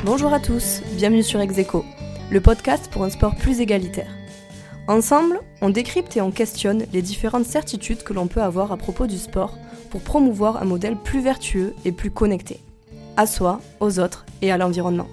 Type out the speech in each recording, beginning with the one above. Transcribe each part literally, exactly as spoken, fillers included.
Bonjour à tous, bienvenue sur Ex Aequo, le podcast pour un sport plus égalitaire. Ensemble, on décrypte et on questionne les différentes certitudes que l'on peut avoir à propos du sport pour promouvoir un modèle plus vertueux et plus connecté, à soi, aux autres et à l'environnement.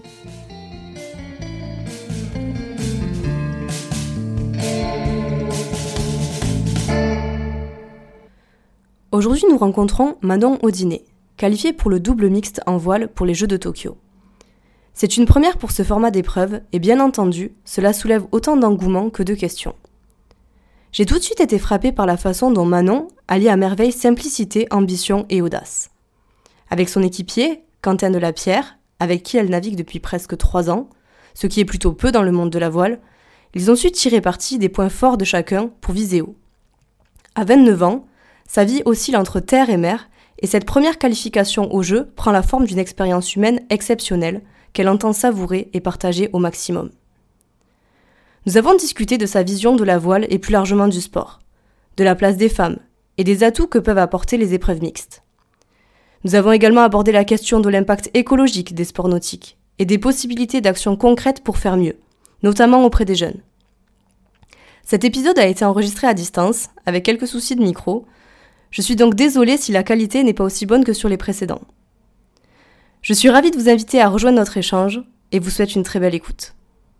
Aujourd'hui, nous rencontrons Manon Audinet, qualifiée pour le double mixte en voile pour les Jeux de Tokyo. C'est une première pour ce format d'épreuve et bien entendu, cela soulève autant d'engouement que de questions. J'ai tout de suite été frappée par la façon dont Manon allie à merveille simplicité, ambition et audace. Avec son équipier, Quentin Delapierre, avec qui elle navigue depuis presque trois ans, ce qui est plutôt peu dans le monde de la voile, ils ont su tirer parti des points forts de chacun pour viser haut. À vingt-neuf ans, sa vie oscille entre terre et mer et cette première qualification au jeu prend la forme d'une expérience humaine exceptionnelle qu'elle entend savourer et partager au maximum. Nous avons discuté de sa vision de la voile et plus largement du sport, de la place des femmes et des atouts que peuvent apporter les épreuves mixtes. Nous avons également abordé la question de l'impact écologique des sports nautiques et des possibilités d'action concrètes pour faire mieux, notamment auprès des jeunes. Cet épisode a été enregistré à distance, avec quelques soucis de micro. Je suis donc désolée si la qualité n'est pas aussi bonne que sur les précédents. Je suis ravie de vous inviter à rejoindre notre échange et vous souhaite une très belle écoute.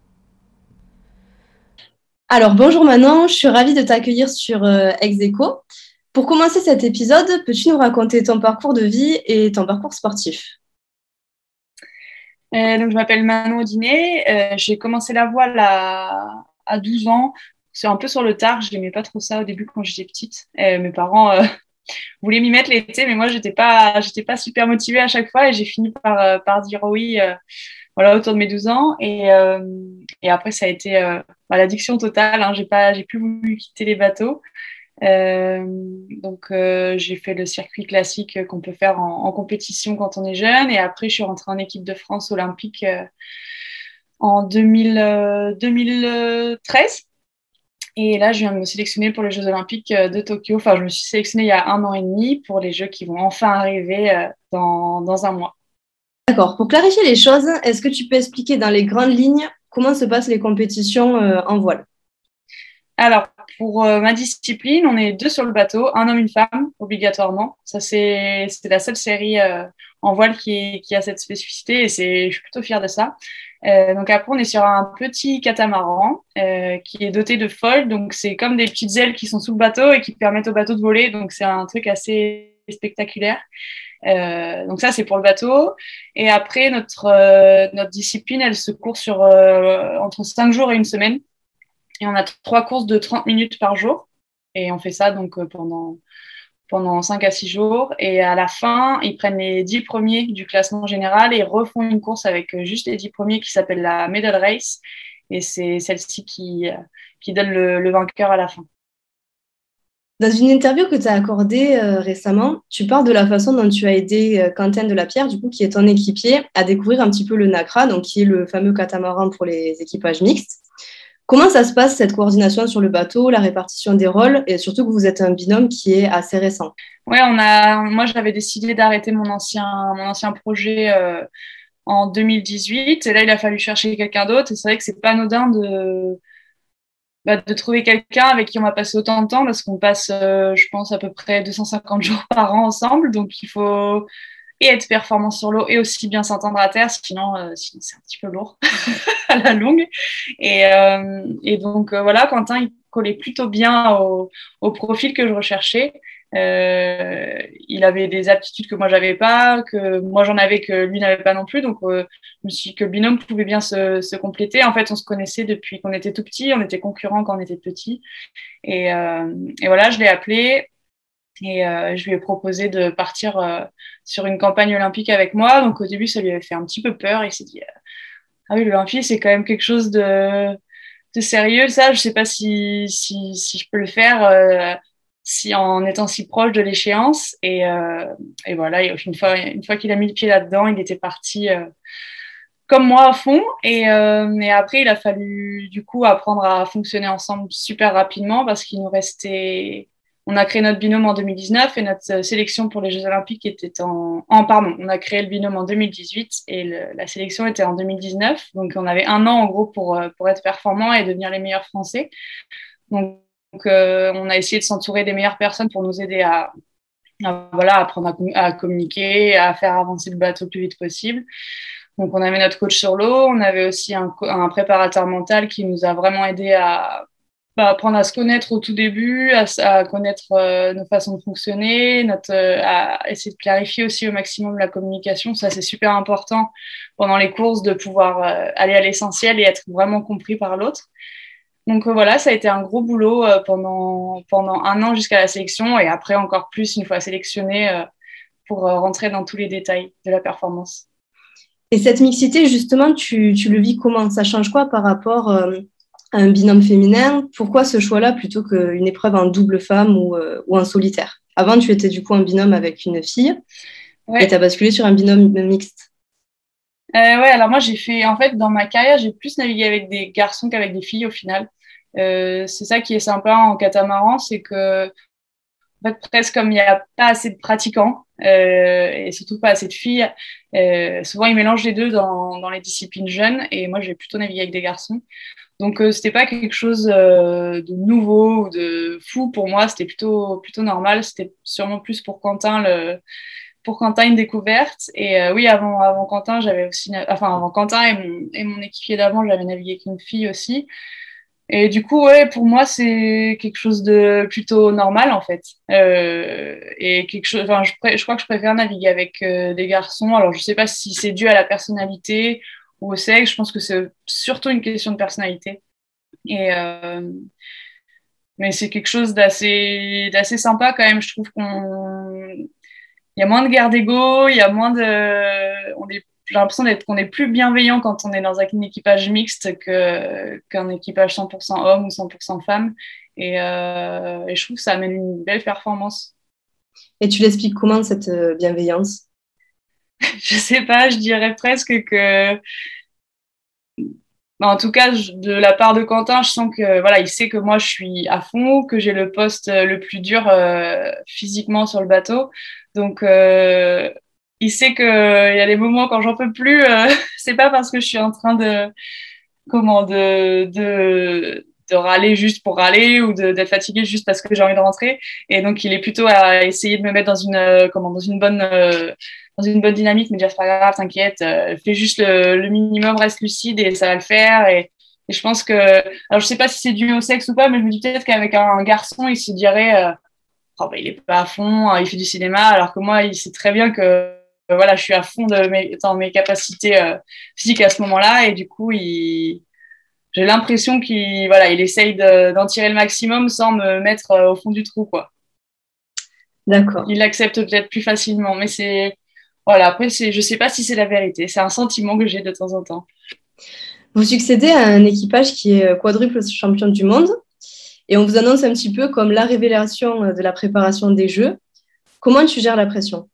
Alors bonjour Manon, je suis ravie de t'accueillir sur euh, Ex Aequo. Pour commencer cet épisode, peux-tu nous raconter ton parcours de vie et ton parcours sportif ? euh, donc, Je m'appelle Manon Audinet, euh, j'ai commencé la voile à, à douze ans. C'est un peu sur le tard, je n'aimais pas trop ça au début quand j'étais petite. Euh, mes parents... Euh, voulais m'y mettre l'été, mais moi, j'étais pas, j'étais pas super motivée à chaque fois et j'ai fini par, euh, par dire oui, euh, voilà, autour de mes douze ans. Et, euh, et après, ça a été euh, bah, l'addiction totale. Hein, j'ai pas, j'ai plus voulu quitter les bateaux. Euh, donc, euh, j'ai fait le circuit classique qu'on peut faire en, en compétition quand on est jeune. Et après, je suis rentrée en équipe de France olympique euh, en deux mille, euh, deux mille treize. Et là, je viens de me sélectionner pour les Jeux Olympiques de Tokyo. Enfin, je me suis sélectionnée il y a un an et demi pour les Jeux qui vont enfin arriver dans, dans un mois. D'accord. Pour clarifier les choses, est-ce que tu peux expliquer dans les grandes lignes comment se passent les compétitions euh, en voile ? Alors, pour euh, ma discipline, on est deux sur le bateau, un homme, une femme, obligatoirement. Ça, c'est, c'est la seule série euh, en voile qui, qui a cette spécificité et c'est, je suis plutôt fière de ça. Euh, donc après, on est sur un petit catamaran euh, qui est doté de foils. Donc, c'est comme des petites ailes qui sont sous le bateau et qui permettent au bateau de voler. Donc, c'est un truc assez spectaculaire. Euh, donc ça, c'est pour le bateau. Et après, notre, euh, notre discipline, elle se court sur euh, entre cinq jours et une semaine. Et on a trois courses de trente minutes par jour. Et on fait ça donc pendant, pendant cinq à six jours. Et à la fin, ils prennent les dix premiers du classement général et refont une course avec juste les dix premiers qui s'appelle la Medal Race. Et c'est celle-ci qui, qui donne le, le vainqueur à la fin. Dans une interview que tu as accordée euh, récemment, tu parles de la façon dont tu as aidé euh, Quentin Delapierre, du coup, qui est ton équipier, à découvrir un petit peu le NACRA, donc qui est le fameux catamaran pour les équipages mixtes. Comment ça se passe, cette coordination sur le bateau, la répartition des rôles, et surtout que vous êtes un binôme qui est assez récent ? Ouais, on a, moi, j'avais décidé d'arrêter mon ancien, mon ancien projet euh, en deux mille dix-huit, et là, il a fallu chercher quelqu'un d'autre, et c'est vrai que c'est pas anodin de, bah, de trouver quelqu'un avec qui on va passer autant de temps, parce qu'on passe, euh, je pense, à peu près deux cent cinquante jours par an ensemble, donc il faut et être performant sur l'eau et aussi bien s'entendre à terre, sinon, euh, sinon c'est un petit peu lourd à la longue. Et, euh, et donc euh, voilà, Quentin, il collait plutôt bien au, au profil que je recherchais. Euh, il avait des aptitudes que moi j'avais pas, que moi j'en avais que lui n'avait pas non plus. Donc euh, je me suis dit que le binôme pouvait bien se, se compléter. En fait, on se connaissait depuis qu'on était tout petit, on était concurrents quand on était petit. Et, euh, et voilà, je l'ai appelé. Et euh, je lui ai proposé de partir euh, sur une campagne olympique avec moi. Donc au début, ça lui avait fait un petit peu peur. Il s'est dit euh, ah oui, l'Olympie, c'est quand même quelque chose de, de sérieux. Ça, je sais pas si, si, si je peux le faire euh, si en étant si proche de l'échéance. Et, euh, et voilà, et une fois, une fois qu'il a mis le pied là-dedans, il était parti euh, comme moi à fond. Et, euh, et après, il a fallu du coup apprendre à fonctionner ensemble super rapidement parce qu'il nous restait on a créé notre binôme en deux mille dix-neuf et notre sélection pour les Jeux Olympiques était en, en pardon, on a créé le binôme en deux mille dix-huit et le, la sélection était en deux mille dix-neuf. Donc, on avait un an en gros pour, pour être performant et devenir les meilleurs Français. Donc, donc euh, on a essayé de s'entourer des meilleures personnes pour nous aider à, à voilà, apprendre à, à communiquer, à faire avancer le bateau le plus vite possible. Donc, on avait notre coach sur l'eau, on avait aussi un, un préparateur mental qui nous a vraiment aidé à bah, apprendre à se connaître au tout début, à, à connaître euh, nos façons de fonctionner, notre, euh, à essayer de clarifier aussi au maximum la communication. Ça, c'est super important pendant les courses de pouvoir euh, aller à l'essentiel et être vraiment compris par l'autre. Donc euh, voilà, ça a été un gros boulot euh, pendant, pendant un an jusqu'à la sélection et après encore plus une fois sélectionné euh, pour euh, rentrer dans tous les détails de la performance. Et cette mixité, justement, tu, tu le vis comment? Ça change quoi par rapport euh, à un binôme féminin? Pourquoi ce choix-là plutôt qu'une épreuve en double femme ou, euh, ou en solitaire? Avant, tu étais du coup en binôme avec une fille ouais. Et tu as basculé sur un binôme mixte. Euh, ouais, alors moi, j'ai fait, en fait, dans ma carrière, j'ai plus navigué avec des garçons qu'avec des filles au final. Euh, c'est ça qui est sympa en catamaran, c'est que, en fait, presque comme il n'y a pas assez de pratiquants, euh, et surtout pas assez de filles, euh, souvent ils mélangent les deux dans, dans les disciplines jeunes, et moi, j'ai plutôt navigué avec des garçons. Donc, euh, c'était pas quelque chose euh, de nouveau ou de fou pour moi, c'était plutôt, plutôt normal. C'était sûrement plus pour Quentin le, pour Quentin une découverte. Et euh, oui, avant, avant Quentin, j'avais aussi, enfin, avant Quentin et mon, et mon équipier d'avant, j'avais navigué avec une fille aussi. Et du coup, ouais, pour moi, c'est quelque chose de plutôt normal, en fait. Euh, et quelque chose, enfin, je, je crois que je préfère naviguer avec euh, des garçons. Alors, je sais pas si c'est dû à la personnalité ou au sexe. Je pense que c'est surtout une question de personnalité. Et, euh, mais c'est quelque chose d'assez, d'assez sympa quand même. Je trouve qu'on, il y a moins de guerre d'ego, il y a moins de, on est, j'ai l'impression d'être qu'on est plus bienveillant quand on est dans un équipage mixte que qu'un équipage cent pour cent homme ou cent pour cent femme. Et, euh, et je trouve que ça amène une belle performance. Et tu l'expliques comment cette bienveillance? Je sais pas, je dirais presque que, en tout cas, de la part de Quentin, je sens que voilà, il sait que moi je suis à fond, que j'ai le poste le plus dur euh, physiquement sur le bateau. Donc, euh, il sait qu'il y a des moments quand j'en peux plus. Euh, c'est pas parce que je suis en train de comment de de de râler juste pour râler ou de, d'être fatiguée juste parce que j'ai envie de rentrer. Et donc, il est plutôt à essayer de me mettre dans une euh, comment dans une bonne euh, dans une bonne dynamique, me dire c'est pas grave, t'inquiète, euh, fais juste le, le minimum, reste lucide et ça va le faire. Et, et je pense que, alors je sais pas si c'est dû au sexe ou pas, mais je me dis peut-être qu'avec un, un garçon, il se dirait, euh, oh, bah, il est pas à fond, il fait du cinéma, alors que moi, il sait très bien que euh, voilà, je suis à fond de mes, dans mes capacités euh, physiques à ce moment-là, et du coup, il, j'ai l'impression qu'il, voilà, il essaye de, d'en tirer le maximum sans me mettre euh, au fond du trou, quoi. D'accord. Il l'accepte peut-être plus facilement, mais c'est voilà, après, c'est, je sais pas si c'est la vérité. C'est un sentiment que j'ai de temps en temps. Vous succédez à un équipage qui est quadruple champion du monde et on vous annonce un petit peu comme la révélation de la préparation des Jeux. Comment tu gères la pression?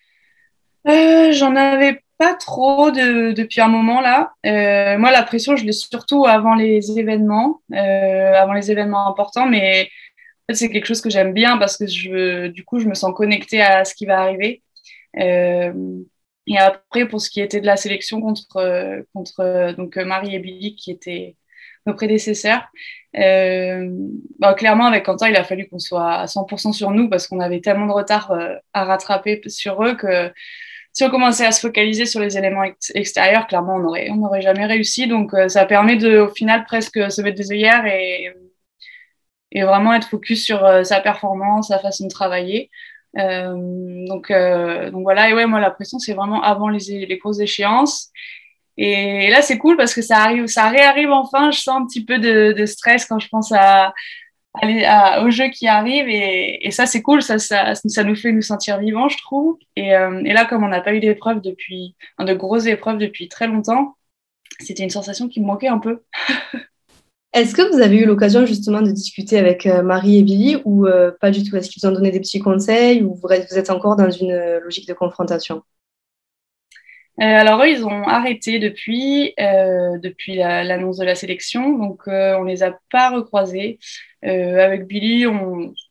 euh, J'en avais pas trop de, depuis un moment là. Euh, moi, la pression, je l'ai surtout avant les événements, euh, avant les événements importants, mais en fait, c'est quelque chose que j'aime bien parce que je, du coup, je me sens connectée à ce qui va arriver. Euh, et après, pour ce qui était de la sélection contre, contre donc, Marie et Billy, qui étaient nos prédécesseurs, euh, bah, clairement, avec Quentin, il a fallu qu'on soit à cent pour cent sur nous parce qu'on avait tellement de retard euh, à rattraper sur eux que si on commençait à se focaliser sur les éléments ex- extérieurs, clairement, on n'aurait on n'aurait jamais réussi. Donc, euh, ça permet de, au final, presque se mettre des œillères et, et vraiment être focus sur euh, sa performance, sa façon de travailler. Euh, donc, euh, donc voilà, et ouais, moi la pression c'est vraiment avant les, les grosses échéances. Et là c'est cool parce que ça arrive, ça réarrive enfin. Je sens un petit peu de, de stress quand je pense à, à, les, à aux jeux qui arrivent et, et ça c'est cool, ça, ça, ça nous fait nous sentir vivants, je trouve. Et, euh, et là comme on n'a pas eu d'épreuves depuis, de grosses épreuves depuis très longtemps, c'était une sensation qui me manquait un peu. Est-ce que vous avez eu l'occasion justement de discuter avec euh, Marie et Billy ou euh, pas du tout? Est-ce qu'ils vous ont donné des petits conseils ou vous vous êtes encore dans une euh, logique de confrontation? Euh, alors eux, ils ont arrêté depuis, euh, depuis la, l'annonce de la sélection, donc euh, on les a pas recroisés. Euh, avec Billy, on,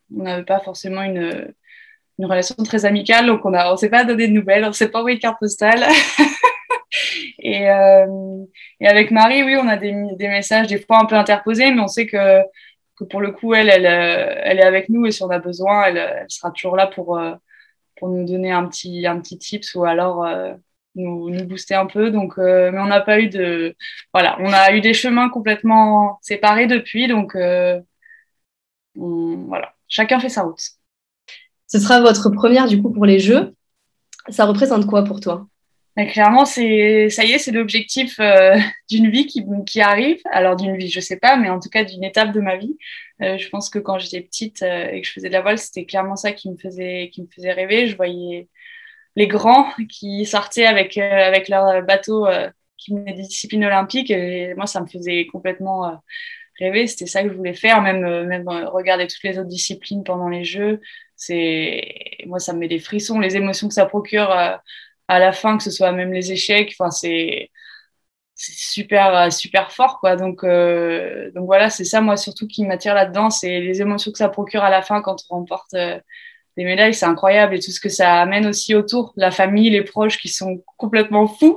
on n'avait pas forcément une, une relation très amicale, donc on a, on s'est pas donné de nouvelles, on s'est pas envoyé de carte postale. et, euh, et avec Marie, oui, on a des, des messages des fois un peu interposés, mais on sait que, que pour le coup, elle, elle, elle est avec nous et si on a besoin, elle, elle sera toujours là pour, euh, pour nous donner un petit, un petit tips ou alors euh, nous, nous booster un peu. Donc, euh, mais on n'a pas eu de, voilà, on a eu des chemins complètement séparés depuis, donc euh, on, voilà, chacun fait sa route. Ce sera votre première du coup pour les Jeux. Ça représente quoi pour toi? Mais clairement, c'est ça y est, c'est l'objectif euh, d'une vie qui, qui arrive. Alors d'une vie, je sais pas, mais en tout cas d'une étape de ma vie. Euh, je pense que quand j'étais petite euh, et que je faisais de la voile, c'était clairement ça qui me faisait qui me faisait rêver. Je voyais les grands qui sortaient avec euh, avec leur bateau euh, qui venaient des disciplines olympiques et moi, ça me faisait complètement euh, rêver. C'était ça que je voulais faire, même euh, même euh, regarder toutes les autres disciplines pendant les Jeux. C'est moi, ça me met des frissons, les émotions que ça procure. Euh, à la fin, que ce soit même les échecs, enfin, c'est, c'est super, super fort, quoi. Donc, euh, donc voilà, c'est ça, moi, surtout, qui m'attire là-dedans, c'est les émotions que ça procure à la fin quand on remporte euh, des médailles, c'est incroyable. Et tout ce que ça amène aussi autour, la famille, les proches qui sont complètement fous.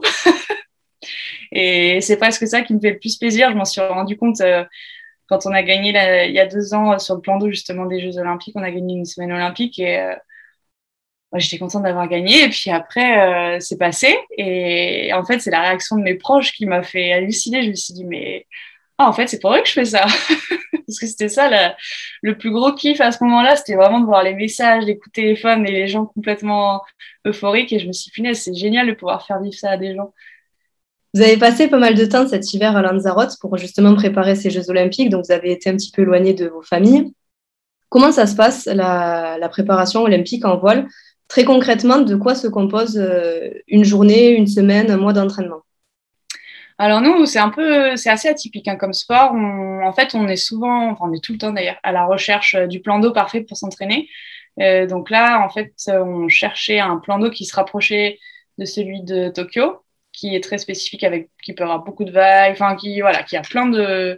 Et c'est presque ça qui me fait le plus plaisir. Je m'en suis rendu compte euh, quand on a gagné, la, il y a deux ans, sur le plan d'eau, justement, des Jeux Olympiques, on a gagné une semaine olympique et euh, moi, j'étais contente d'avoir gagné. Et puis après, euh, c'est passé. Et en fait, c'est la réaction de mes proches qui m'a fait halluciner. Je me suis dit, mais ah, en fait, c'est pour eux que je fais ça. Parce que c'était ça, la, le plus gros kiff à ce moment-là. C'était vraiment de voir les messages, les coups de téléphone et les gens complètement euphoriques. Et je me suis dit, punaise, c'est génial de pouvoir faire vivre ça à des gens. Vous avez passé pas mal de temps cet hiver à Lanzarote pour justement préparer ces Jeux Olympiques. Donc, vous avez été un petit peu éloigné de vos familles. Comment ça se passe, la, la préparation olympique en voile? Très concrètement, de quoi se compose euh, une journée, une semaine, un mois d'entraînement? Alors nous, c'est un peu, c'est assez atypique hein, comme sport. On, en fait, on est souvent, enfin on est tout le temps d'ailleurs, à la recherche du plan d'eau parfait pour s'entraîner. Euh, donc là, en fait, on cherchait un plan d'eau qui se rapprochait de celui de Tokyo, qui est très spécifique avec, qui peut avoir beaucoup de vagues, enfin qui, voilà, qui a plein de,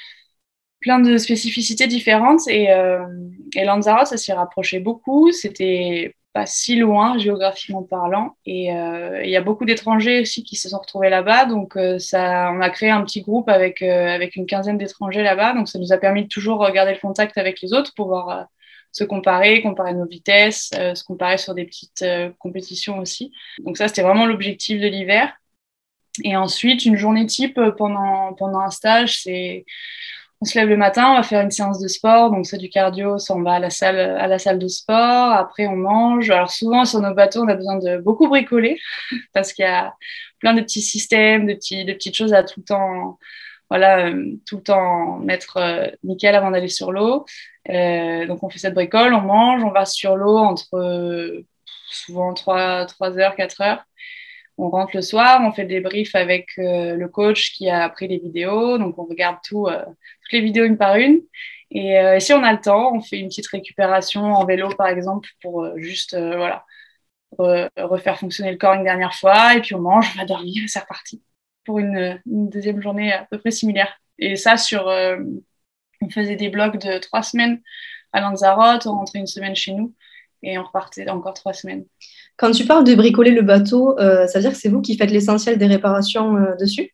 plein de spécificités différentes. Et, euh, et Lanzarote, ça s'y rapprochait beaucoup. C'était pas si loin géographiquement parlant et euh, il y a beaucoup d'étrangers aussi qui se sont retrouvés là-bas donc euh, ça on a créé un petit groupe avec euh, avec une quinzaine d'étrangers là-bas donc ça nous a permis de toujours garder le contact avec les autres pour pouvoir euh, se comparer comparer nos vitesses euh, se comparer sur des petites euh, compétitions aussi donc ça c'était vraiment l'objectif de l'hiver et ensuite une journée type pendant pendant un stage c'est on se lève le matin, on va faire une séance de sport, donc c'est du cardio, ça on va à la salle, à la salle de sport. Après on mange. Alors souvent sur nos bateaux, on a besoin de beaucoup bricoler parce qu'il y a plein de petits systèmes, de petits, de petites choses à tout le temps, voilà, euh, tout le temps mettre euh, nickel avant d'aller sur l'eau. Euh, donc on fait cette bricole, on mange, on va sur l'eau entre euh, souvent trois, trois heures, quatre heures. On rentre le soir, on fait le débrief avec euh, le coach qui a pris les vidéos. Donc, on regarde tout, euh, toutes les vidéos une par une. Et euh, si on a le temps, on fait une petite récupération en vélo, par exemple, pour euh, juste euh, voilà, re- refaire fonctionner le corps une dernière fois. Et puis, on mange, on va dormir et c'est reparti pour une, une deuxième journée à peu près similaire. Et ça, sur, euh, on faisait des blocs de trois semaines à Lanzarote, on rentrait une semaine chez nous et on repartait encore trois semaines. Quand tu parles de bricoler le bateau, euh, ça veut dire que c'est vous qui faites l'essentiel des réparations euh, dessus?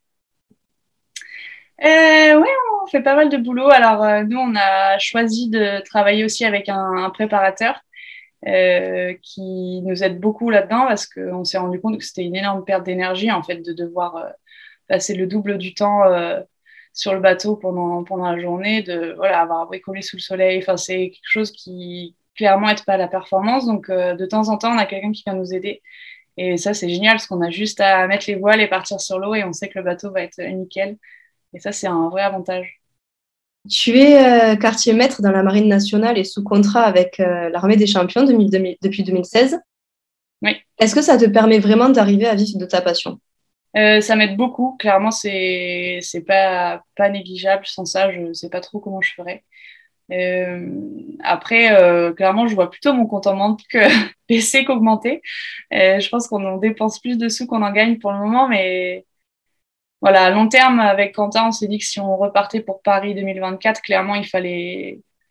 Euh, oui, on fait pas mal de boulot. Alors, euh, nous, on a choisi de travailler aussi avec un, un préparateur euh, qui nous aide beaucoup là-dedans parce qu'on s'est rendu compte que c'était une énorme perte d'énergie, en fait, de devoir euh, passer le double du temps euh, sur le bateau pendant, pendant la journée, de voilà, avoir bricolé sous le soleil. Enfin, c'est quelque chose qui, clairement, n'aide pas à la performance. Donc, euh, de temps en temps, on a quelqu'un qui vient nous aider. Et ça, c'est génial parce qu'on a juste à mettre les voiles et partir sur l'eau et on sait que le bateau va être nickel. Et ça, c'est un vrai avantage. Tu es euh, quartier maître dans la Marine nationale et sous contrat avec euh, l'Armée des champions depuis depuis deux mille seize. Oui. Est-ce que ça te permet vraiment d'arriver à vivre de ta passion? Euh, ça m'aide beaucoup. Clairement, c'est c'est pas, pas négligeable. Sans ça, je sais pas trop comment je ferais. Euh, après, euh, clairement, je vois plutôt mon compte en banque que baisser qu'augmenter. Euh, je pense qu'on en dépense plus de sous qu'on en gagne pour le moment, mais voilà, à long terme, avec Quentin, on s'est dit que si on repartait pour Paris deux mille vingt-quatre, clairement, il fallait,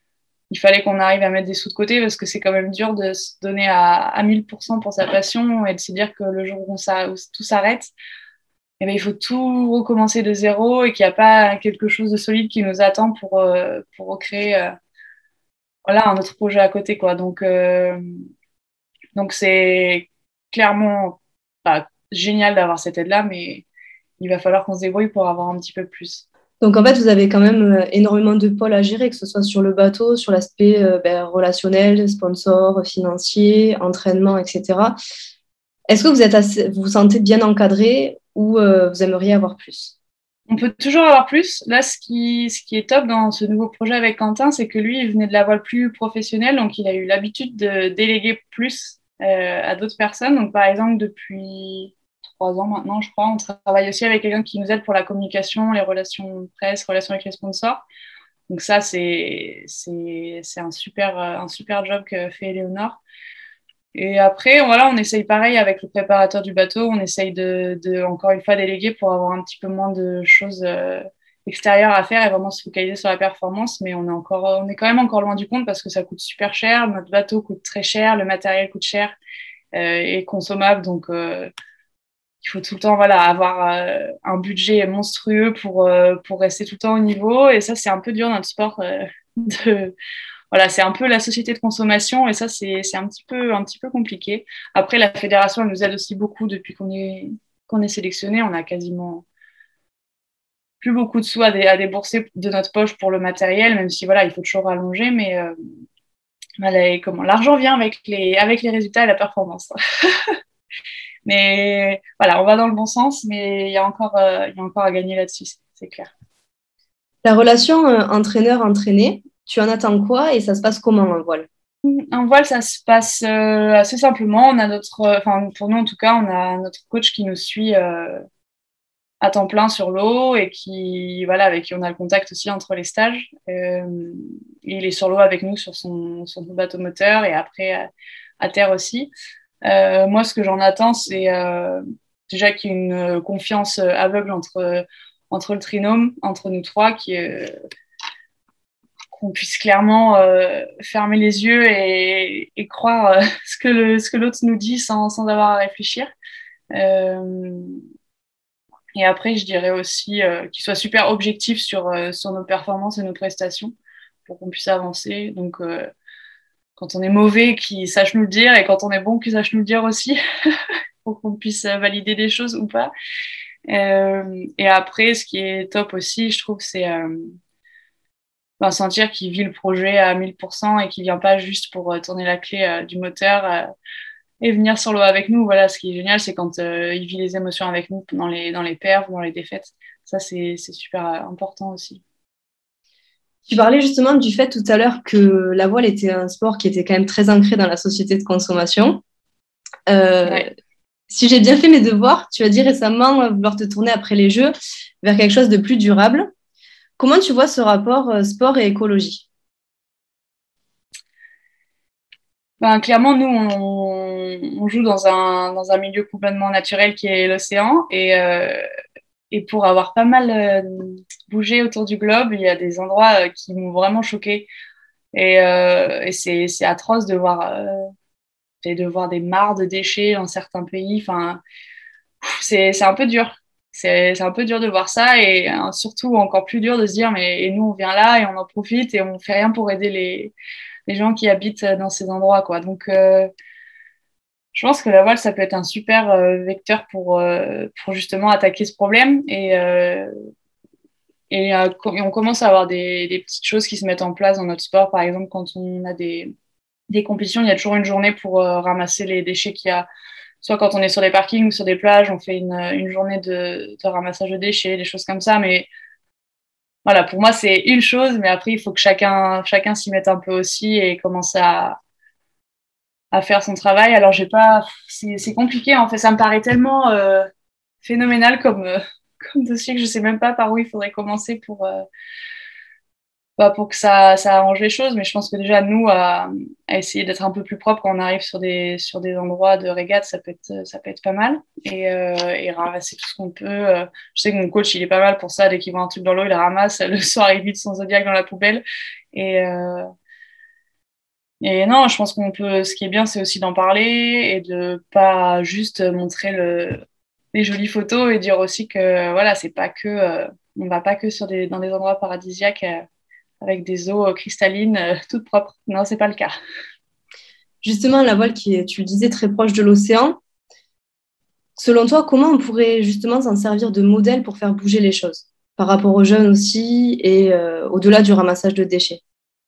il fallait qu'on arrive à mettre des sous de côté parce que c'est quand même dur de se donner à, à mille pour cent pour sa passion et de se dire que le jour où, ça, où tout s'arrête, eh ben, il faut tout recommencer de zéro et qu'il n'y a pas quelque chose de solide qui nous attend pour, euh, pour recréer euh, voilà, un autre projet à côté, quoi. Donc, euh, donc c'est clairement pas génial d'avoir cette aide-là, mais il va falloir qu'on se débrouille pour avoir un petit peu plus. Donc, en fait, vous avez quand même euh, énormément de pôles à gérer, que ce soit sur le bateau, sur l'aspect euh, ben, relationnel, sponsor, financier, entraînement, et cetera. Est-ce que vous êtes assez, vous vous sentez bien encadré ou euh, vous aimeriez avoir plus? On peut toujours avoir plus. Là, ce qui, ce qui est top dans ce nouveau projet avec Quentin, c'est que lui, il venait de la voile plus professionnelle, donc il a eu l'habitude de déléguer plus euh, à d'autres personnes. Donc, par exemple, depuis trois ans maintenant, je crois, on travaille aussi avec quelqu'un qui nous aide pour la communication, les relations presse, relations avec les sponsors. Donc ça, c'est, c'est, c'est un super, un super job que fait Éléonore. Et après, voilà, on essaye pareil avec le préparateur du bateau, on essaye de, de encore une fois, déléguer pour avoir un petit peu moins de choses euh, extérieures à faire et vraiment se focaliser sur la performance. Mais on est encore, on est quand même encore loin du compte parce que ça coûte super cher, notre bateau coûte très cher, le matériel coûte cher euh, et consommable. Donc, euh, il faut tout le temps, voilà, avoir euh, un budget monstrueux pour, euh, pour rester tout le temps au niveau. Et ça, c'est un peu dur dans notre sport euh, de voilà, c'est un peu la société de consommation et ça, c'est, c'est un petit peu, un petit peu compliqué. Après, la fédération, elle nous aide aussi beaucoup depuis qu'on est, qu'on est sélectionné. On a quasiment plus beaucoup de sous à, dé, à débourser de notre poche pour le matériel, même si voilà, il faut toujours rallonger, mais euh, voilà, comment, l'argent vient avec les, avec les résultats et la performance. Mais voilà, on va dans le bon sens, mais il y a encore, euh, il y a encore à gagner là-dessus, c'est clair. La relation euh, entraîneur-entraîné, tu en attends quoi et ça se passe comment en voile? En voile, ça se passe euh, assez simplement. On a notre, enfin pour nous en tout cas, on a notre coach qui nous suit euh, à temps plein sur l'eau et qui, voilà, avec qui on a le contact aussi entre les stages. Euh, il est sur l'eau avec nous sur son, son bateau moteur et après à, à terre aussi. Euh, moi, ce que j'en attends, c'est euh, déjà qu'il y ait une confiance aveugle entre entre le trinôme, entre nous trois, qui est qu'on puisse clairement euh, fermer les yeux et, et croire euh, ce que le, ce que l'autre nous dit sans, sans avoir à réfléchir. Euh, et après, je dirais aussi euh, qu'il soit super objectif sur, euh, sur nos performances et nos prestations pour qu'on puisse avancer. Donc, euh, quand on est mauvais, qu'il sache nous le dire et quand on est bon, qu'il sache nous le dire aussi pour qu'on puisse valider des choses ou pas. Euh, et après, ce qui est top aussi, je trouve, c'est... Euh, Ben, sentir qu'il vit le projet à mille pour cent et qu'il vient pas juste pour euh, tourner la clé euh, du moteur euh, et venir sur l'eau avec nous. Voilà, ce qui est génial, c'est quand euh, il vit les émotions avec nous dans les, dans les perfs ou dans les défaites. Ça, c'est, c'est super euh, important aussi. Tu parlais justement du fait tout à l'heure que la voile était un sport qui était quand même très ancré dans la société de consommation. Euh, ouais. Si j'ai bien fait mes devoirs, tu as dit récemment vouloir te tourner après les Jeux vers quelque chose de plus durable. Comment tu vois ce rapport euh, sport et écologie? Ben, clairement, nous, on, on joue dans un, dans un milieu complètement naturel qui est l'océan. Et, euh, et pour avoir pas mal euh, bougé autour du globe, il y a des endroits euh, qui m'ont vraiment choquée. Et, euh, et c'est, c'est atroce de voir, euh, de voir des mares de déchets dans certains pays. Enfin, c'est, c'est un peu dur. C'est, c'est un peu dur de voir ça et euh, surtout encore plus dur de se dire mais et nous on vient là et on en profite et on fait rien pour aider les, les gens qui habitent dans ces endroits quoi. Donc euh, je pense que la voile ça peut être un super euh, vecteur pour euh, pour justement attaquer ce problème et euh, et, euh, et on commence à avoir des, des petites choses qui se mettent en place dans notre sport. Par exemple quand on a des des compétitions il y a toujours une journée pour euh, ramasser les déchets qu'il y a. Soit quand on est sur des parkings ou sur des plages, on fait une, une journée de, de ramassage de déchets, des choses comme ça. Mais voilà, pour moi, c'est une chose, mais après, il faut que chacun, chacun s'y mette un peu aussi et commence à, à faire son travail. Alors, j'ai pas, c'est, c'est compliqué. En fait, ça me paraît tellement euh, phénoménal comme, euh, comme dossier que je sais même pas par où il faudrait commencer pour, euh, bah, pour que ça, ça arrange les choses. Mais je pense que déjà, nous, à, à essayer d'être un peu plus propre quand on arrive sur des, sur des endroits de régate, ça peut être, ça peut être pas mal. Et, euh, et ramasser tout ce qu'on peut. Euh, je sais que mon coach, il est pas mal pour ça. Dès qu'il voit un truc dans l'eau, il le ramasse. Le soir, il vide son Zodiac dans la poubelle. Et, euh, Et non, je pense qu'on peut. Ce qui est bien, c'est aussi d'en parler et de pas juste montrer le, les jolies photos et dire aussi que voilà, c'est pas que euh, on va pas que sur des dans des endroits paradisiaques euh, avec des eaux euh, cristallines euh, toutes propres. Non, c'est pas le cas. Justement, la voile qui est, tu le disais, très proche de l'océan. Selon toi, comment on pourrait justement s'en servir de modèle pour faire bouger les choses par rapport aux jeunes aussi et euh, au-delà du ramassage de déchets?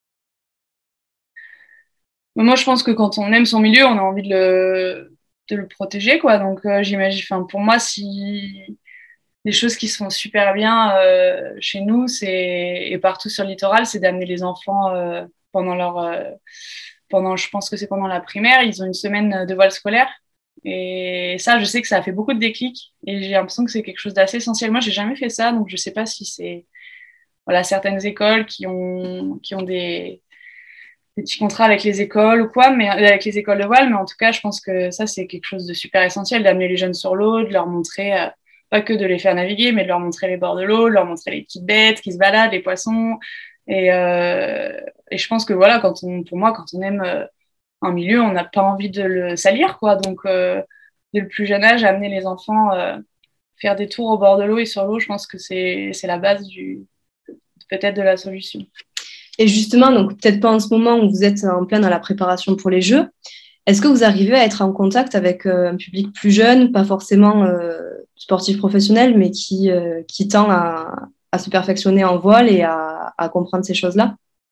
Mais moi, je pense que quand on aime son milieu, on a envie de le de le protéger, quoi. Donc, euh, j'imagine. Enfin, pour moi, si des choses qui se font super bien euh, chez nous, c'est et partout sur le littoral, c'est d'amener les enfants euh, pendant leur euh, pendant, je pense que c'est pendant la primaire, ils ont une semaine de voile scolaire. Et ça, je sais que ça a fait beaucoup de déclics et j'ai l'impression que c'est quelque chose d'assez essentiel. Moi, j'ai jamais fait ça, donc je sais pas si c'est voilà certaines écoles qui ont qui ont des, des petits contrats avec les écoles ou quoi, mais avec les écoles de voile. Mais en tout cas, je pense que ça c'est quelque chose de super essentiel d'amener les jeunes sur l'eau, de leur montrer euh, pas que de les faire naviguer, mais de leur montrer les bords de l'eau, de leur montrer les petites bêtes qui se baladent, les poissons. Et, euh, et je pense que voilà, quand on, pour moi, quand on aime euh, un milieu, on n'a pas envie de le salir, quoi. Donc, euh, dès le plus jeune âge, amener les enfants euh, faire des tours au bord de l'eau et sur l'eau, je pense que c'est c'est la base du peut-être de la solution. Et justement, donc peut-être pas en ce moment où vous êtes en plein dans la préparation pour les Jeux, est-ce que vous arrivez à être en contact avec euh, un public plus jeune, pas forcément euh, sportif professionnel, mais qui, euh, qui tend à, à se perfectionner en voile et à, à comprendre ces choses-là?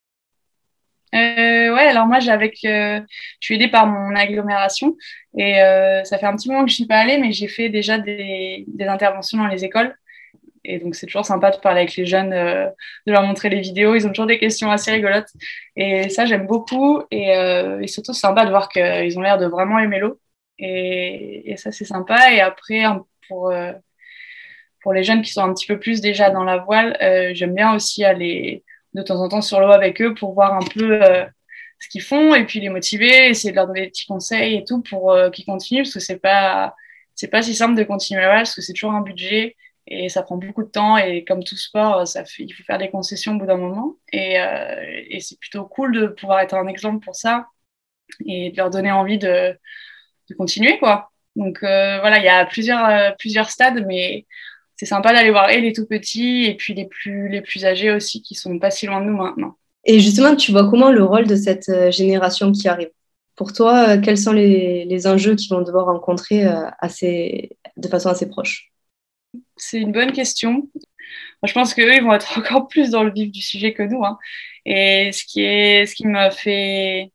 Euh, ouais, alors moi, j'ai avec, euh, je suis aidée par mon agglomération et euh, ça fait un petit moment que je suis pas allée, mais j'ai fait déjà des, des interventions dans les écoles. Et donc, c'est toujours sympa de parler avec les jeunes, euh, de leur montrer les vidéos. Ils ont toujours des questions assez rigolotes. Et ça, j'aime beaucoup. Et, euh, et surtout, c'est sympa de voir qu'ils ont l'air de vraiment aimer l'eau. Et, et ça, c'est sympa. Et après, pour, euh, pour les jeunes qui sont un petit peu plus déjà dans la voile, euh, j'aime bien aussi aller de temps en temps sur l'eau avec eux pour voir un peu euh, ce qu'ils font et puis les motiver, essayer de leur donner des petits conseils et tout pour euh, qu'ils continuent parce que c'est pas c'est pas si simple de continuer la voile parce que c'est toujours un budget et ça prend beaucoup de temps et comme tout sport, ça fait, il faut faire des concessions au bout d'un moment et, euh, et c'est plutôt cool de pouvoir être un exemple pour ça et de leur donner envie de, de continuer quoi. Donc euh, voilà, il y a plusieurs euh, plusieurs stades, mais c'est sympa d'aller voir et les tout petits et puis les plus les plus âgés aussi qui sont pas si loin de nous maintenant. Et justement, tu vois comment le rôle de cette euh, génération qui arrive? Pour toi, euh, quels sont les, les enjeux qu'ils vont devoir rencontrer euh, assez, de façon assez proche? C'est une bonne question. Moi, je pense qu'eux, ils vont être encore plus dans le vif du sujet que nous. Hein. Et ce qui est, ce qui m'a fait.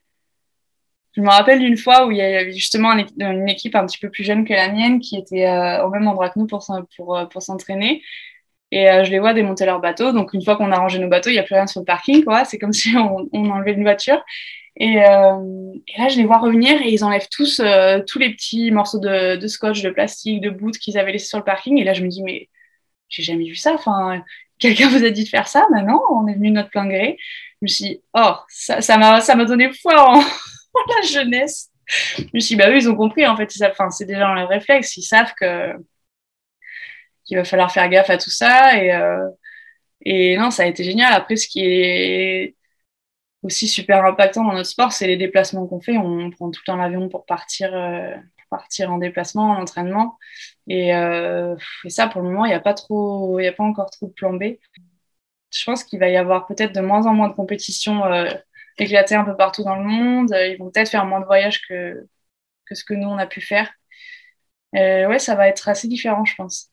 Je me rappelle d'une fois où il y avait justement un é- une équipe un petit peu plus jeune que la mienne qui était euh, au même endroit que nous pour, s'en- pour, euh, pour s'entraîner. Et euh, je les vois démonter leur bateau. Donc, une fois qu'on a rangé nos bateaux, il n'y a plus rien sur le parking. Quoi. C'est comme si on, on enlevait une voiture. Et, euh, et là, je les vois revenir et ils enlèvent tous, euh, tous les petits morceaux de, de scotch, de plastique, de bout qu'ils avaient laissés sur le parking. Et là, je me dis, mais j'ai jamais vu ça. Enfin, quelqu'un vous a dit de faire ça? Ben non, on est venu de notre plein gré. Je me suis dit, oh, ça, ça m'a, ça m'a donné foi en, en la jeunesse. Je me suis dit, bah oui, ils ont compris, en fait. Ils savent, enfin, c'est déjà dans leur réflexe. Ils savent que, qu'il va falloir faire gaffe à tout ça. Et, euh, et non, ça a été génial. Après, ce qui est aussi super impactant dans notre sport, c'est les déplacements qu'on fait. On prend tout le temps l'avion pour partir, euh, pour partir en déplacement, en entraînement. Et, euh, et ça, pour le moment, il n'y a pas trop, il y a pas encore trop de plan B. Je pense qu'il va y avoir peut-être de moins en moins de compétitions euh, éclatées un peu partout dans le monde. Ils vont peut-être faire moins de voyages que, que ce que nous, on a pu faire. Euh, ouais, ça va être assez différent, je pense.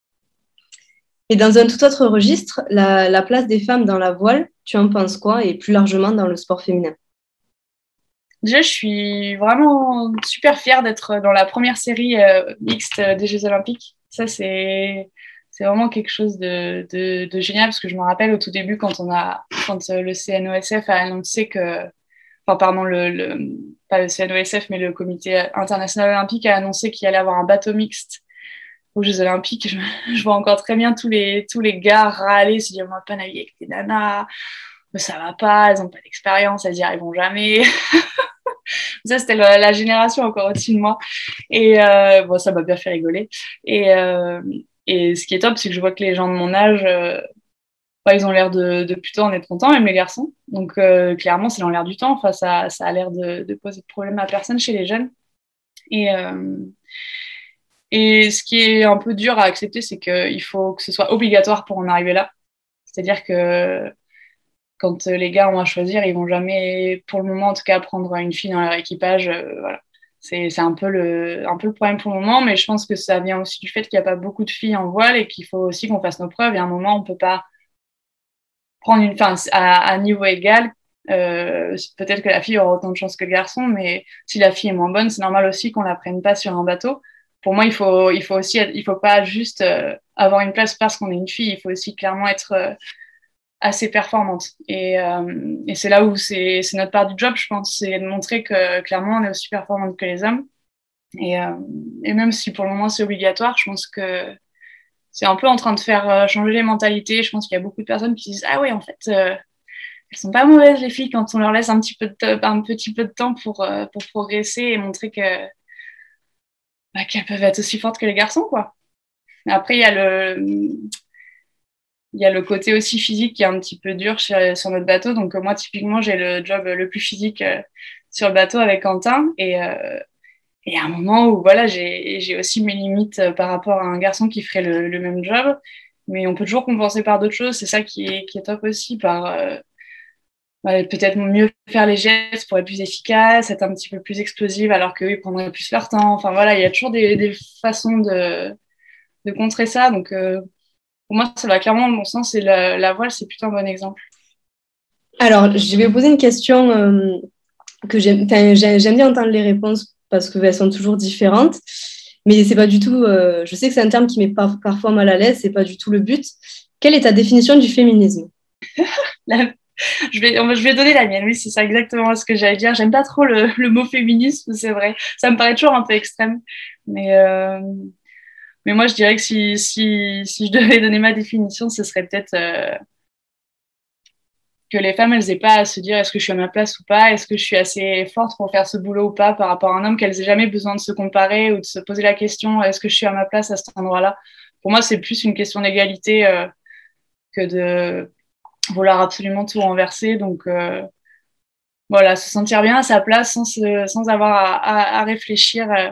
Et dans un tout autre registre, la, la place des femmes dans la voile, tu en penses quoi? Et plus largement dans le sport féminin? Déjà, je suis vraiment super fière d'être dans la première série euh, mixte des Jeux Olympiques. Ça, c'est c'est vraiment quelque chose de, de, de génial parce que je me rappelle au tout début quand on a quand euh, le C N O S F a annoncé que enfin pardon le, le pas le C N O S F mais le Comité international olympique a annoncé qu'il allait avoir un bateau mixte aux Jeux Olympiques. Je, je vois encore très bien tous les tous les gars râler, se dire moi pas naviguer avec des nanas, mais ça va pas, elles ont pas d'expérience, elles y arriveront jamais. Ça, c'était la, la génération encore au-dessus de moi. Et euh, bon, ça m'a bien fait rigoler. Et, euh, et ce qui est top, c'est que je vois que les gens de mon âge, euh, bah, ils ont l'air de, de plutôt en être contents, même les garçons. Donc, euh, clairement, c'est dans l'air du temps. Enfin, ça, ça a l'air de, de poser de problème à personne chez les jeunes. Et, euh, et ce qui est un peu dur à accepter, c'est qu'il faut que ce soit obligatoire pour en arriver là. C'est-à-dire que quand les gars ont à choisir, ils vont jamais, pour le moment en tout cas, prendre une fille dans leur équipage. Euh, voilà. C'est, c'est un peu le, un peu le problème pour le moment, mais je pense que ça vient aussi du fait qu'il n'y a pas beaucoup de filles en voile et qu'il faut aussi qu'on fasse nos preuves. Et à un moment, on ne peut pas prendre une, enfin, à, à niveau égal. Euh, peut-être que la fille aura autant de chance que le garçon, mais si la fille est moins bonne, c'est normal aussi qu'on la prenne pas sur un bateau. Pour moi, il faut, il faut aussi, être, il faut pas juste euh, avoir une place parce qu'on est une fille. Il faut aussi clairement être euh, assez performante. Et, euh, et c'est là où c'est, c'est notre part du job, je pense, c'est de montrer que clairement on est aussi performante que les hommes. Et, euh, et même si pour le moment c'est obligatoire, je pense que c'est un peu en train de faire euh, changer les mentalités. Je pense qu'il y a beaucoup de personnes qui disent ah ouais, en fait, euh, elles sont pas mauvaises les filles quand on leur laisse un petit peu de, t- un petit peu de temps pour, euh, pour progresser et montrer que bah, qu'elles peuvent être aussi fortes que les garçons, quoi. Après, il y a le il y a le côté aussi physique qui est un petit peu dur sur, sur notre bateau. Donc, euh, moi, typiquement, j'ai le job le plus physique euh, sur le bateau avec Quentin. Et, euh, et à un moment où, voilà, j'ai, j'ai aussi mes limites euh, par rapport à un garçon qui ferait le, le même job. Mais on peut toujours compenser par d'autres choses. C'est ça qui est, qui est top aussi, par euh, ouais, peut-être mieux faire les gestes pour être plus efficace, être un petit peu plus explosive alors qu'eux, ils prendraient plus leur temps. Enfin, voilà, il y a toujours des, des façons de, de contrer ça. Donc, euh, pour moi, ça va clairement dans le bon sens et la, la voile, c'est plutôt un bon exemple. Alors, je vais poser une question euh, que j'aime, j'aime, j'aime bien entendre les réponses parce qu'elles sont toujours différentes, mais c'est pas du tout, euh, je sais que c'est un terme qui met par, parfois mal à l'aise, c'est pas du tout le but. Quelle est ta définition du féminisme? la, je, vais, je vais donner la mienne, oui, c'est ça exactement ce que j'allais dire. J'aime pas trop le, le mot féminisme, c'est vrai. Ça me paraît toujours un peu extrême, mais... Euh... Mais moi, je dirais que si, si, si je devais donner ma définition, ce serait peut-être euh, que les femmes, elles n'aient pas à se dire est-ce que je suis à ma place ou pas, est-ce que je suis assez forte pour faire ce boulot ou pas par rapport à un homme, qu'elles n'aient jamais besoin de se comparer ou de se poser la question est-ce que je suis à ma place à cet endroit-là. Pour moi, c'est plus une question d'égalité euh, que de vouloir absolument tout renverser. Donc, euh, voilà, se sentir bien à sa place sans, se, sans avoir à, à, à réfléchir euh,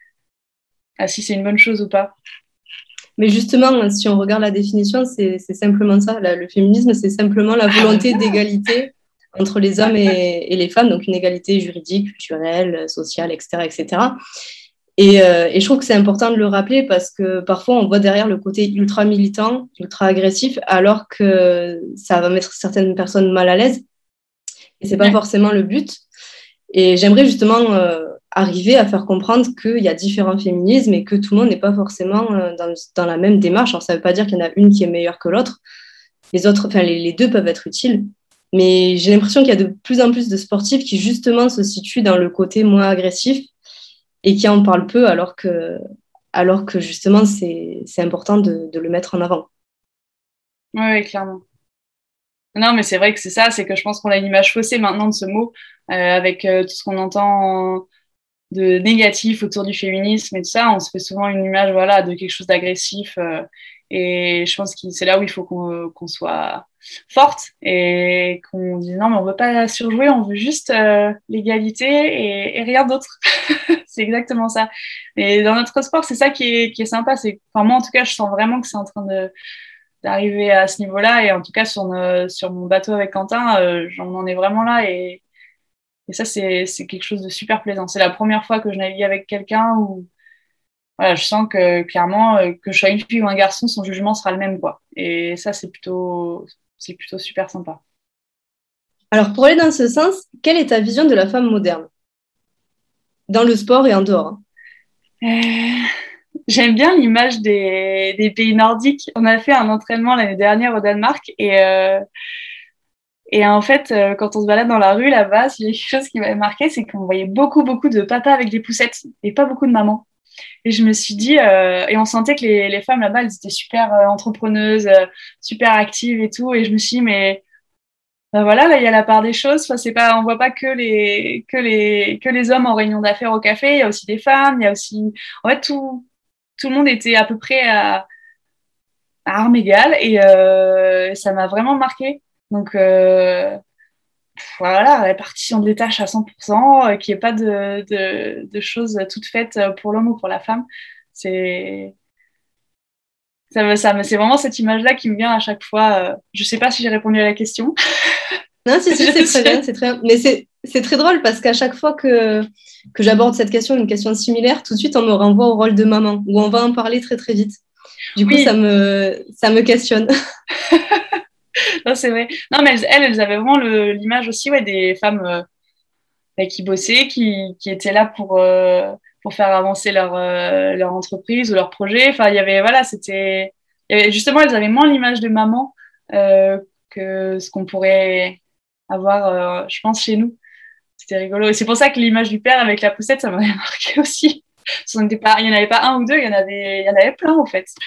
à si c'est une bonne chose ou pas. Mais justement, si on regarde la définition, c'est, c'est simplement ça. Là, le féminisme, c'est simplement la volonté d'égalité entre les hommes et, et les femmes, donc une égalité juridique, culturelle, sociale, et cetera, et cetera. Et, euh, et je trouve que c'est important de le rappeler parce que parfois, on voit derrière le côté ultra militant, ultra agressif, alors que ça va mettre certaines personnes mal à l'aise. Et c'est pas forcément le but. Et j'aimerais justement euh, arriver à faire comprendre qu'il y a différents féminismes et que tout le monde n'est pas forcément euh, dans, dans la même démarche. Alors, ça ne veut pas dire qu'il y en a une qui est meilleure que l'autre. Les autres, enfin, les, les deux peuvent être utiles. Mais j'ai l'impression qu'il y a de plus en plus de sportifs qui, justement, se situent dans le côté moins agressif et qui en parlent peu, alors que, alors que justement, c'est, c'est important de, de le mettre en avant. Oui, oui, clairement. Non, mais c'est vrai que c'est ça, c'est que je pense qu'on a une image faussée maintenant de ce mot, euh, avec euh, tout ce qu'on entend de négatif autour du féminisme et tout ça. On se fait souvent une image voilà, de quelque chose d'agressif. Euh, et je pense que c'est là où il faut qu'on, qu'on soit forte et qu'on dise non, mais on ne veut pas surjouer, on veut juste euh, l'égalité et, et rien d'autre. C'est exactement ça. Et dans notre sport, c'est ça qui est, qui est sympa. C'est, enfin, moi, en tout cas, je sens vraiment que c'est en train de d'arriver à ce niveau-là. Et en tout cas, sur, nos, sur mon bateau avec Quentin, euh, j'en en est vraiment là. Et, et ça, c'est, c'est quelque chose de super plaisant. C'est la première fois que je navigue avec quelqu'un où voilà, je sens que clairement, euh, que je sois une fille ou un garçon, son jugement sera le même, quoi. Et ça, c'est plutôt, c'est plutôt super sympa. Alors, pour aller dans ce sens, quelle est ta vision de la femme moderne dans le sport et en dehors? euh... J'aime bien l'image des, des pays nordiques. On a fait un entraînement l'année dernière au Danemark et, euh, et en fait, euh, quand on se balade dans la rue là-bas, il y a quelque chose qui m'avait marqué, c'est qu'on voyait beaucoup, beaucoup de papas avec des poussettes et pas beaucoup de mamans. Et je me suis dit, euh, et on sentait que les, les femmes là-bas, elles étaient super euh, entrepreneuses, euh, super actives et tout. Et je me suis dit, mais ben voilà, là, il y a la part des choses. Enfin, c'est pas, on voit pas que les, que les, que les hommes en réunion d'affaires au café. Il y a aussi des femmes, il y a aussi, en fait, tout, tout le monde était à peu près à, à armes égales, et euh, ça m'a vraiment marqué. Donc euh, voilà, répartition des tâches à cent pour cent, euh, qu'il n'y ait pas de, de, de choses toutes faites pour l'homme ou pour la femme. C'est, ça me, ça me, c'est vraiment cette image-là qui me vient à chaque fois. Je ne sais pas si j'ai répondu à la question. Non, si, si, c'est très bien, c'est très bien. Mais c'est, c'est très drôle parce qu'à chaque fois que, que j'aborde cette question, une question similaire, tout de suite, on me renvoie au rôle de maman, où on va en parler très, très vite. Du coup, oui. ça, me, ça me questionne. Non, c'est vrai. Non, mais elles, elles avaient vraiment le, l'image aussi ouais, des femmes euh, qui bossaient, qui, qui étaient là pour, euh, pour faire avancer leur, euh, leur entreprise ou leur projet. Enfin, il y avait, voilà, c'était... Il y avait, justement, elles avaient moins l'image de maman euh, que ce qu'on pourrait avoir, euh, je pense, chez nous. C'était rigolo. Et c'est pour ça que l'image du père avec la poussette, ça m'avait marqué aussi. Il n'y en avait pas un ou deux, il y en avait, il y en avait plein, en fait.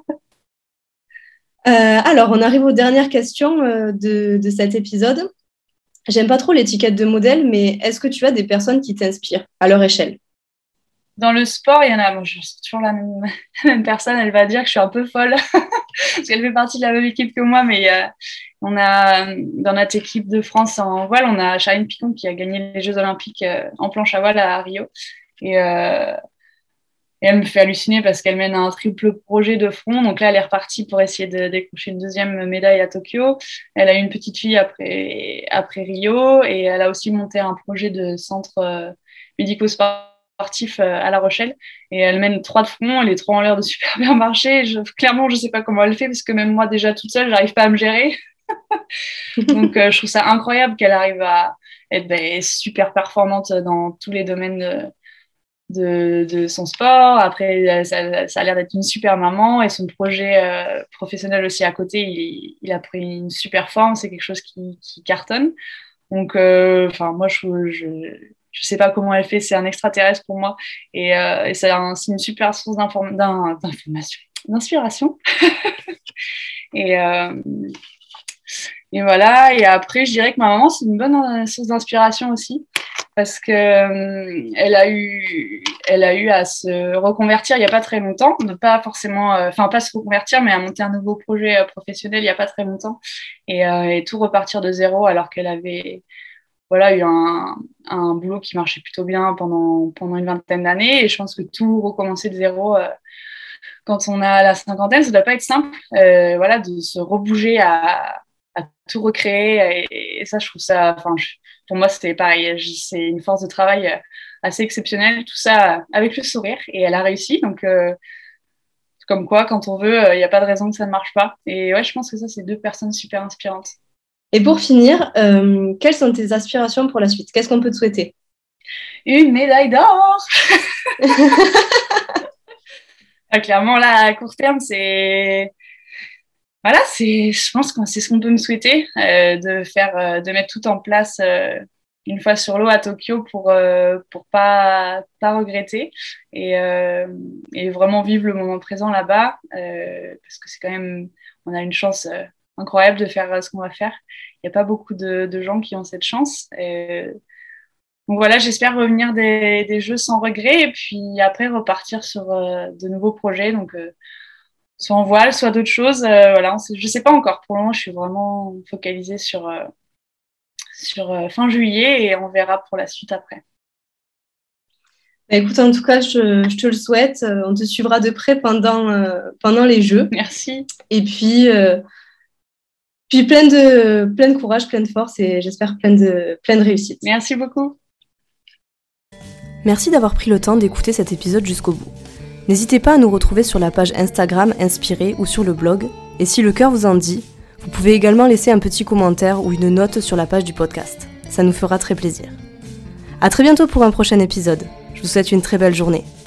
Euh, alors, on arrive aux dernières questions euh, de, de cet épisode. J'aime pas trop l'étiquette de modèle, mais est-ce que tu as des personnes qui t'inspirent à leur échelle? Dans le sport, il y en a, bon, je suis toujours la même, la même personne, elle va dire que je suis un peu folle, parce qu'elle fait partie de la même équipe que moi, mais euh, on a, dans notre équipe de France en voile, on a Charline Picon qui a gagné les Jeux Olympiques euh, en planche à voile à Rio. Et, euh, Et elle me fait halluciner parce qu'elle mène un triple projet de front. Donc là, elle est repartie pour essayer de décrocher une deuxième médaille à Tokyo. Elle a eu une petite fille après, après Rio et elle a aussi monté un projet de centre euh, médico-sportif euh, à La Rochelle. Et elle mène trois de front. Elle est trop en l'air de super bien marcher. Je, clairement, je ne sais pas comment elle fait parce que même moi, déjà toute seule, je n'arrive pas à me gérer. Donc, euh, je trouve ça incroyable qu'elle arrive à être ben, super performante dans tous les domaines de De, de son sport. Après, ça, ça a l'air d'être une super maman et son projet euh, professionnel aussi à côté, il, il a pris une super forme. C'est quelque chose qui, qui cartonne. Donc, enfin, euh, moi, je, je, je sais pas comment elle fait. C'est un extraterrestre pour moi. Et, euh, et c'est un, une super source d'inform- d'un, d'information, d'inspiration. et, euh, et voilà. Et après, je dirais que ma maman, c'est une bonne source d'inspiration aussi. Parce que euh, elle a eu, elle a eu à se reconvertir il y a pas très longtemps, pas forcément, enfin euh, pas se reconvertir, mais à monter un nouveau projet euh, professionnel il y a pas très longtemps et, euh, et tout repartir de zéro alors qu'elle avait, voilà, eu un, un boulot qui marchait plutôt bien pendant pendant une vingtaine d'années et je pense que tout recommencer de zéro euh, quand on a la cinquantaine, ça doit pas être simple, euh, voilà, de se rebouger à, à tout recréer et, et ça je trouve ça, enfin pour moi, c'était pareil. C'est une force de travail assez exceptionnelle. Tout ça avec le sourire. Et elle a réussi. Donc, euh, comme quoi, quand on veut, il euh, n'y a pas de raison que ça ne marche pas. Et ouais, je pense que ça, c'est deux personnes super inspirantes. Et pour finir, euh, quelles sont tes aspirations pour la suite? Qu'est-ce qu'on peut te souhaiter? Une médaille d'or. ah, Clairement, là, à court terme, c'est... Voilà, c'est, je pense que c'est ce qu'on peut me souhaiter, euh, de faire, euh, de mettre tout en place euh, une fois sur l'eau à Tokyo pour euh, pour pas pas regretter et euh, et vraiment vivre le moment présent là-bas euh, parce que c'est quand même, on a une chance euh, incroyable de faire ce qu'on va faire. Il y a pas beaucoup de, de gens qui ont cette chance. Et, donc voilà, j'espère revenir des des Jeux sans regret et puis après repartir sur euh, de nouveaux projets. Donc euh, soit en voile, soit d'autres choses. Euh, voilà, je ne sais pas encore. Pour le moment, je suis vraiment focalisée sur, euh, sur euh, fin juillet et on verra pour la suite après. Bah, écoute, en tout cas, je, je te le souhaite. Euh, on te suivra de près pendant, euh, pendant les Jeux. Merci. Et puis, euh, puis plein, de, plein de courage, plein de force et j'espère plein de, plein de réussite. Merci beaucoup. Merci d'avoir pris le temps d'écouter cet épisode jusqu'au bout. N'hésitez pas à nous retrouver sur la page Instagram Inspiré ou sur le blog. Et si le cœur vous en dit, vous pouvez également laisser un petit commentaire ou une note sur la page du podcast. Ça nous fera très plaisir. À très bientôt pour un prochain épisode. Je vous souhaite une très belle journée.